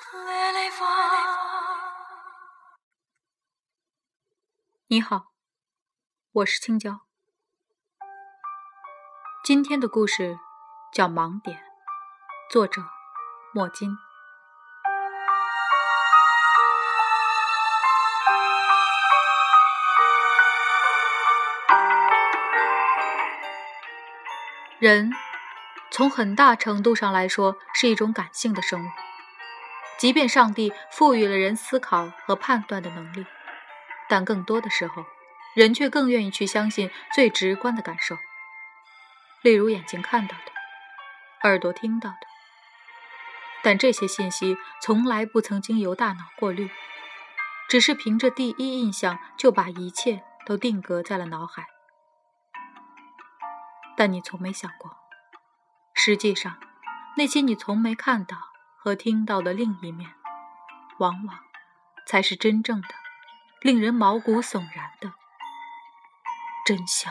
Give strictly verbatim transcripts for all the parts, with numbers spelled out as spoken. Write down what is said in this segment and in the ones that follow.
你好，我是青椒。今天的故事叫《盲点》，作者莫金。人从很大程度上来说是一种感性的生物，即便上帝赋予了人思考和判断的能力，但更多的时候，人却更愿意去相信最直观的感受，例如眼睛看到的，耳朵听到的。但这些信息从来不曾经由大脑过滤，只是凭着第一印象就把一切都定格在了脑海。但你从没想过，实际上那些你从没看到和听到的另一面，往往才是真正的令人毛骨悚然的真相。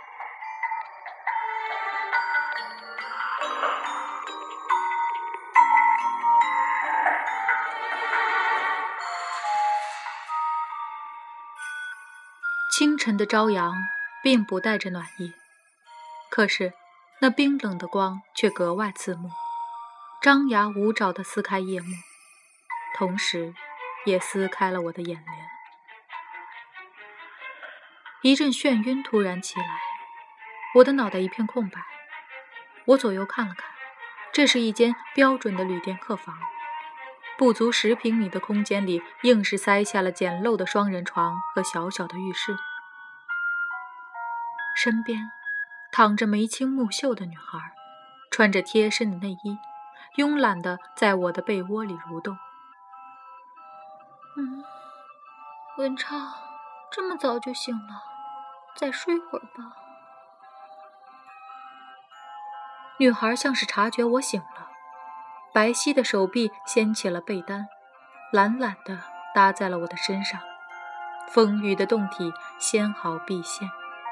清晨的朝阳并不带着暖意，可是那冰冷的光却格外刺目，张牙舞爪地撕开夜幕，同时也撕开了我的眼帘。一阵眩晕突然起来，我的脑袋一片空白。我左右看了看，这是一间标准的旅店客房，不足十平米的空间里硬是塞下了简陋的双人床和小小的浴室。身边躺着眉清目秀的女孩，穿着贴身的内衣，慵懒地在我的被窝里蠕动。嗯，文畅，这么早就醒了，再睡会儿吧。女孩像是察觉我醒了，白皙的手臂掀起了被单，懒懒地搭在了我的身上，丰腴的胴体纤毫毕现。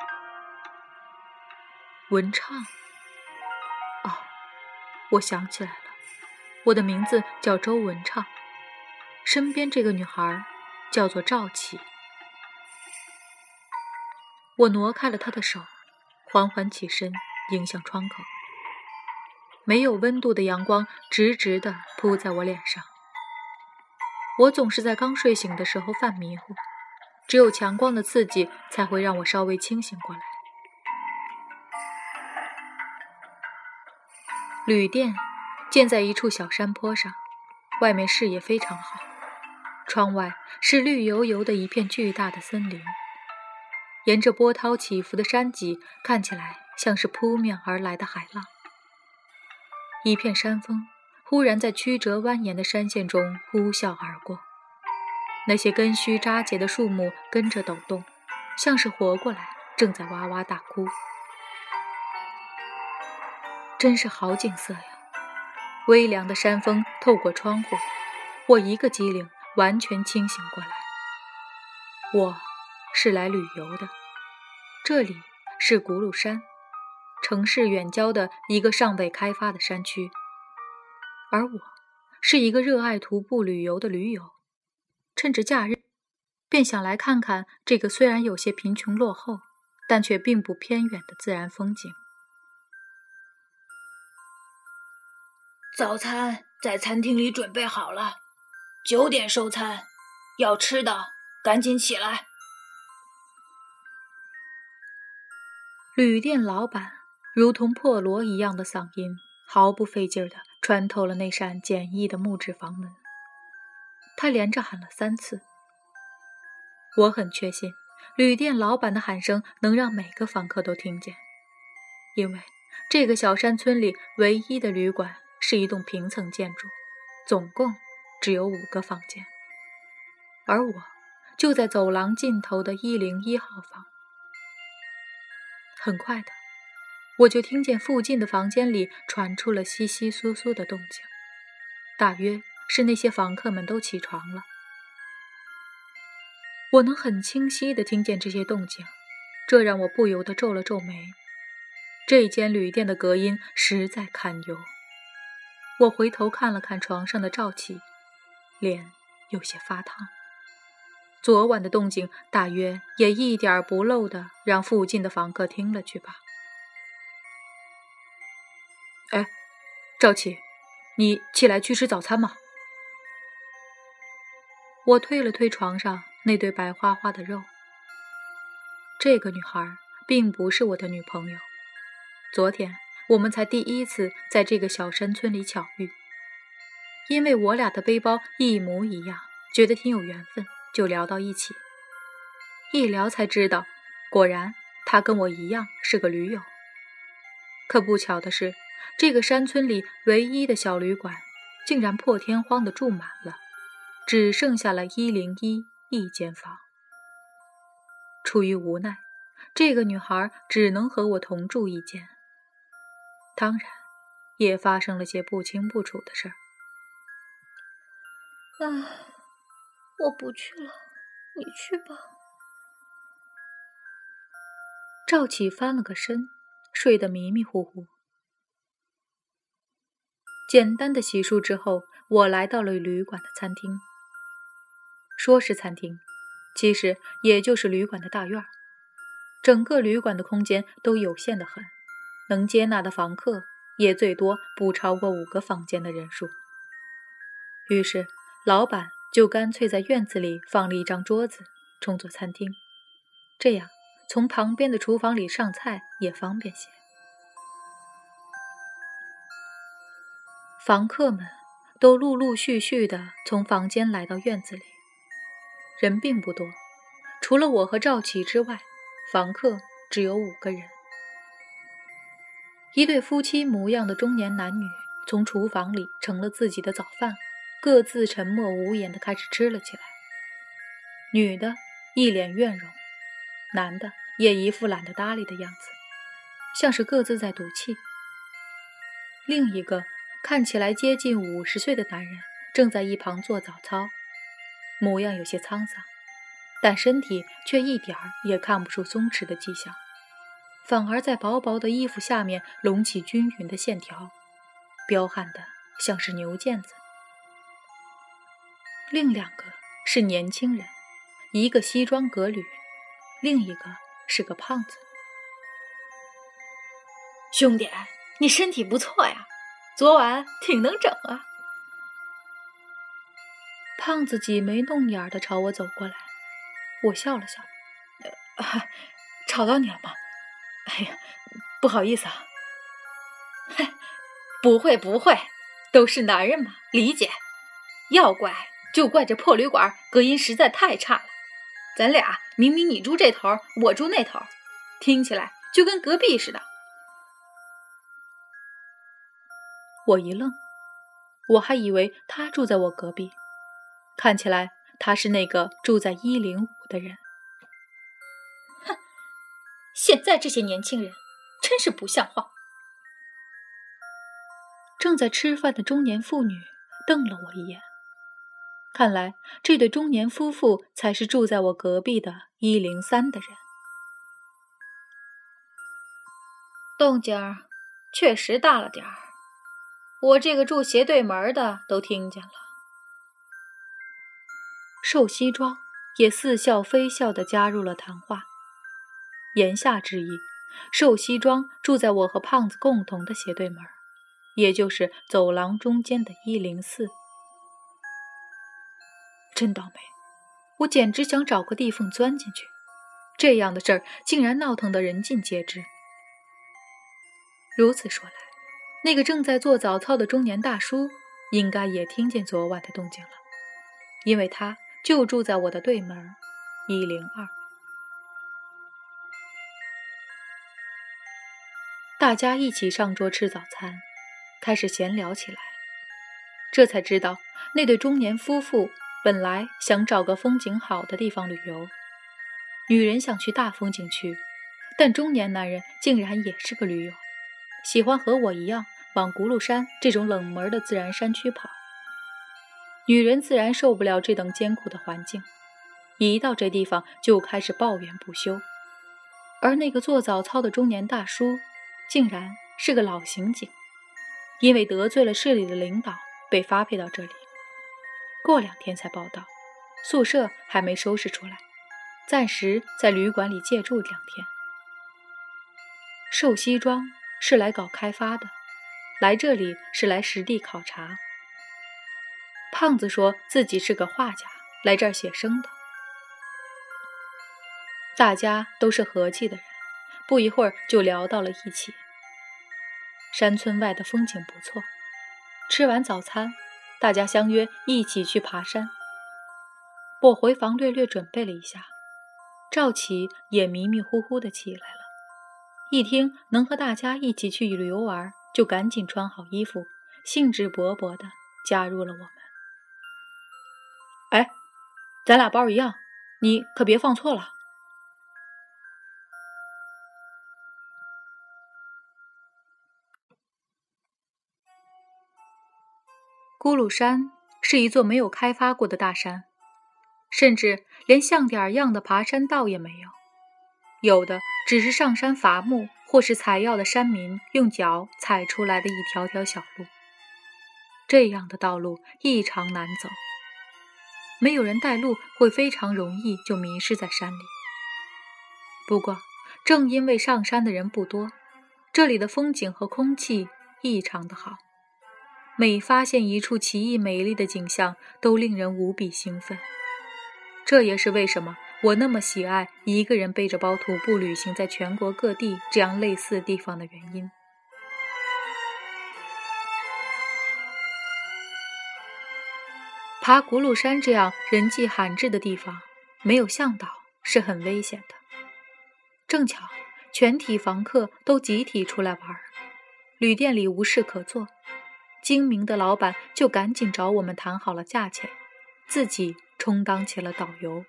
文畅，哦，我想起来了，我的名字叫周文畅，身边这个女孩叫做赵启。我挪开了她的手，缓缓起身，迎向窗口。没有温度的阳光直直地扑在我脸上。我总是在刚睡醒的时候犯迷糊，只有强光的刺激才会让我稍微清醒过来。旅店建在一处小山坡上，外面视野非常好，窗外是绿油油的一片巨大的森林，沿着波涛起伏的山脊看起来像是扑面而来的海浪。一片山峰忽然在曲折蜿蜒的山线中呼啸而过，那些根须扎结的树木跟着抖动，像是活过来，正在哇哇大哭。真是好景色呀！微凉的山风透过窗户，我一个机灵，完全清醒过来。我是来旅游的，这里是古鲁山，城市远郊的一个尚未开发的山区，而我是一个热爱徒步旅游的驴友，趁着假日便想来看看这个虽然有些贫穷落后，但却并不偏远的自然风景。 早餐在餐厅里准备好了，九点收餐，要吃的赶紧起来。 旅店老板如同破锣一样的嗓音，毫不费劲地穿透了那扇简易的木质房门。他连着喊了三次。我很确信，旅店老板的喊声能让每个房客都听见，因为这个小山村里唯一的旅馆是一栋平层建筑，总共只有五个房间，而我就在走廊尽头的一零一号房。很快的，我就听见附近的房间里传出了窸窸窣窣的动静，大约是那些房客们都起床了。我能很清晰地听见这些动静，这让我不由得皱了皱眉。这间旅店的隔音实在堪忧。我回头看了看床上的赵启， 脸有些发烫。昨晚的动静大约也一点不漏的让附近的房客听了去吧。哎，赵启，你起来去吃早餐吗？我推了推床上那堆白花花的肉。这个女孩并不是我的女朋友，昨天我们才第一次在这个小山村里巧遇，因为我俩的背包一模一样，觉得挺有缘分，就聊到一起。一聊才知道，果然她跟我一样是个驴友。可不巧的是，这个山村里唯一的小旅馆竟然破天荒地住满了，只剩下了一零一一间房。出于无奈，这个女孩只能和我同住一间。当然，也发生了些不清不楚的事儿。 唉，我不去了，你去吧。 赵启翻了个身，睡得迷迷糊糊。简单的洗漱之后，我来到了旅馆的餐厅。说是餐厅，其实也就是旅馆的大院。整个旅馆的空间都有限得很，能接纳的房客也最多不超过五个房间的人数。于是老板就干脆在院子里放了一张桌子充作餐厅，这样从旁边的厨房里上菜也方便些。房客们都陆陆续续地从房间来到院子里，人并不多，除了我和赵启之外，房客只有五个人。一对夫妻模样的中年男女从厨房里盛了自己的早饭，各自沉默无言地开始吃了起来。女的一脸怨容，男的也一副懒得搭理的样子，像是各自在赌气。另一个看起来接近五十岁的男人正在一旁做早操，模样有些沧桑，但身体却一点儿也看不出松弛的迹象，反而在薄薄的衣服下面隆起均匀的线条，彪悍的像是牛腱子。另两个是年轻人，一个西装革履，另一个是个胖子。 兄弟，你身体不错呀，昨晚挺能整啊。 胖子挤眉弄眼地朝我走过来，我笑了笑， 呃啊、吵到你了吗？哎呀，不好意思啊。嘿，不会不会，都是男人嘛，理解。要怪就怪这破旅馆隔音实在太差了，咱俩明明你住这头，我住那头，听起来就跟隔壁似的。 我一愣，我还以为他住在我隔壁，看起来他是那个住在一零五的人。 哼，现在这些年轻人真是不像话。 正在吃饭的中年妇女瞪了我一眼，看来这对中年夫妇才是住在我隔壁的一零三的人。 动静确实大了点儿，我这个住斜对门的都听见了。 瘦西装也似笑非笑地加入了谈话，言下之意，瘦西装住在我和胖子共同的斜对门，也就是走廊中间的一零四。真倒霉，我简直想找个地缝钻进去，这样的事儿竟然闹腾得人尽皆知。如此说来，那个正在做早操的中年大叔应该也听见昨晚的动静了，因为他就住在我的对门一零二。大家一起上桌吃早餐，开始闲聊起来。这才知道，那对中年夫妇本来想找个风景好的地方旅游，女人想去大风景区，但中年男人竟然也是个驴友，喜欢和我一样往轱辘山这种冷门的自然山区跑。女人自然受不了这等艰苦的环境，一到这地方就开始抱怨不休。而那个做早操的中年大叔竟然是个老刑警，因为得罪了市里的领导被发配到这里。 过两天才报到，宿舍还没收拾出来，暂时在旅馆里借住两天。寿西庄是来搞开发的，来这里是来实地考察。胖子说自己是个画家，来这儿写生的。大家都是和气的人，不一会儿就聊到了一起。山村外的风景不错，吃完早餐，大家相约一起去爬山。我回房略略准备了一下，赵启也迷迷糊糊地起来了。一听能和大家一起去旅游玩，就赶紧穿好衣服，兴致勃勃地加入了我们。哎，咱俩包一样，你可别放错了。咕噜山是一座没有开发过的大山，甚至连像点样的爬山道也没有，有的只是上山伐木或是采药的山民用脚踩出来的一条条小路。这样的道路异常难走，没有人带路会非常容易就迷失在山里。不过正因为上山的人不多，这里的风景和空气异常的好，每发现一处奇异美丽的景象都令人无比兴奋。这也是为什么我那么喜爱一个人背着包徒步旅行在全国各地这样类似地方的原因。爬轱辘山这样人迹罕至的地方，没有向导是很危险的。正巧全体房客都集体出来玩，旅店里无事可做，精明的老板就赶紧找我们谈好了价钱，自己充当起了导游。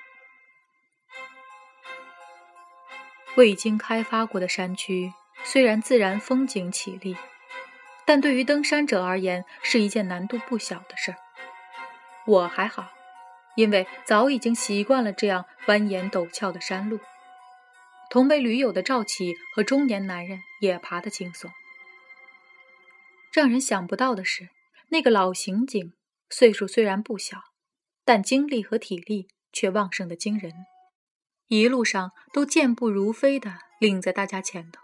未经开发过的山区，虽然自然风景绮丽，但对于登山者而言是一件难度不小的事儿。我还好，因为早已经习惯了这样蜿蜒陡峭的山路。同为驴友的赵启和中年男人也爬得轻松。让人想不到的是，那个老刑警岁数虽然不小，但精力和体力却旺盛的惊人，一路上都健步如飞地领在大家前头。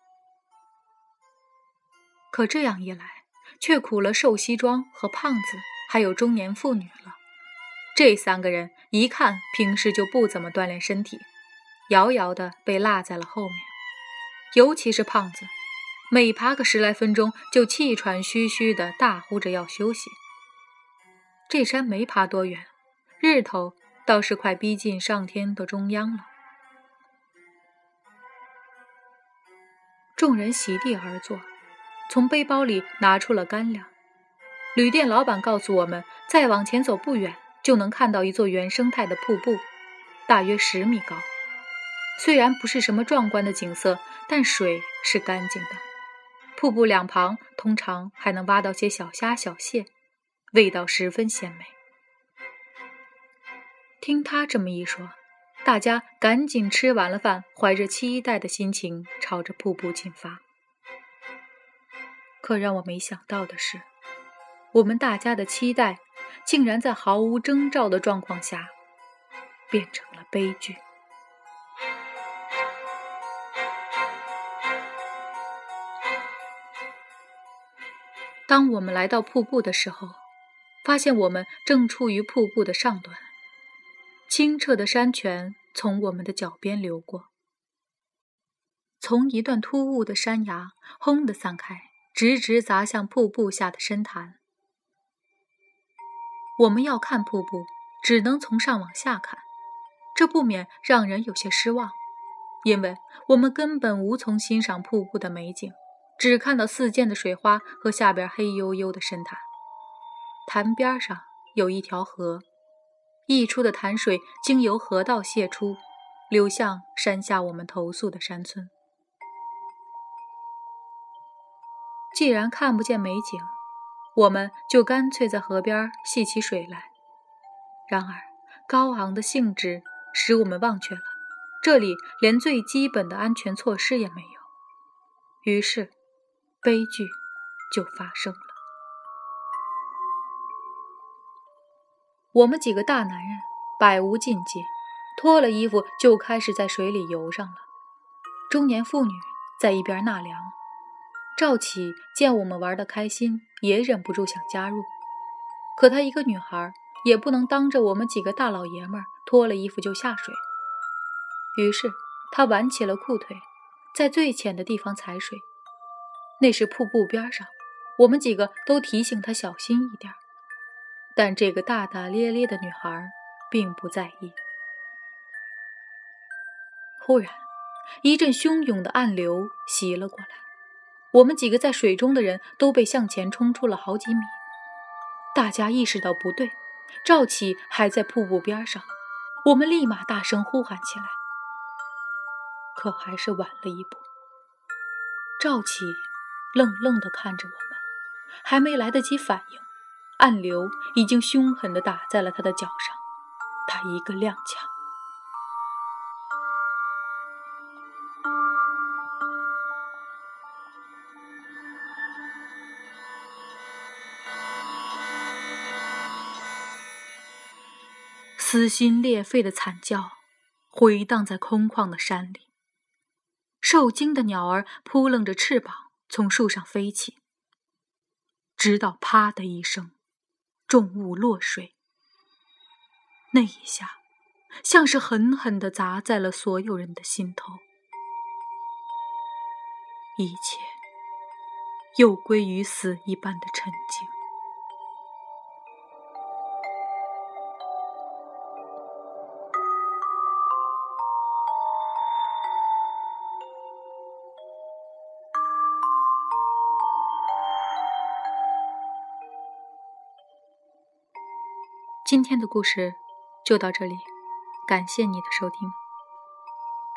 可这样一来，却苦了瘦西装和胖子还有中年妇女了。这三个人一看平时就不怎么锻炼身体，遥遥地被落在了后面。尤其是胖子，每爬个十来分钟就气喘吁吁地大呼着要休息。这山没爬多远，日头倒是快逼近上天的中央了。众人席地而坐，从背包里拿出了干粮。旅店老板告诉我们，再往前走不远就能看到一座原生态的瀑布，大约十米高。虽然不是什么壮观的景色，但水是干净的。瀑布两旁通常还能挖到些小虾小蟹，味道十分鲜美。听他这么一说，大家赶紧吃完了饭，怀着期待的心情朝着瀑布进发。可让我没想到的是，我们大家的期待竟然在毫无征兆的状况下变成了悲剧。当我们来到瀑布的时候，发现我们正处于瀑布的上端，清澈的山泉从我们的脚边流过，从一段突兀的山崖轰地散开，直直砸向瀑布下的深潭。我们要看瀑布，只能从上往下看，这不免让人有些失望，因为我们根本无从欣赏瀑布的美景，只看到四溅的水花和下边黑黝黝的深潭。潭边上有一条河，溢出的潭水经由河道泄出，流向山下我们投宿的山村。既然看不见美景，我们就干脆在河边戏起水来。然而高昂的兴致使我们忘却了这里连最基本的安全措施也没有，于是悲剧就发生了。 我们几个大男人百无禁忌，脱了衣服就开始在水里游上了。中年妇女在一边纳凉。赵启见我们玩得开心，也忍不住想加入，可她一个女孩也不能当着我们几个大老爷们儿脱了衣服就下水。于是她挽起了裤腿，在最浅的地方踩水。那是瀑布边上，我们几个都提醒她小心一点，但这个大大咧咧的女孩并不在意。忽然一阵汹涌的暗流袭了过来，我们几个在水中的人都被向前冲出了好几米。大家意识到不对，赵启还在瀑布边上，我们立马大声呼喊起来。可还是晚了一步。赵启愣愣地看着我们，还没来得及反应，暗流已经凶狠地打在了他的脚上，他一个踉跄。撕心裂肺的惨叫回荡在空旷的山里，受惊的鸟儿扑棱着翅膀从树上飞起，直到啪的一声，重物落水。那一下像是狠狠地砸在了所有人的心头，一切又归于死一般的沉静。今天的故事就到这里，感谢你的收听。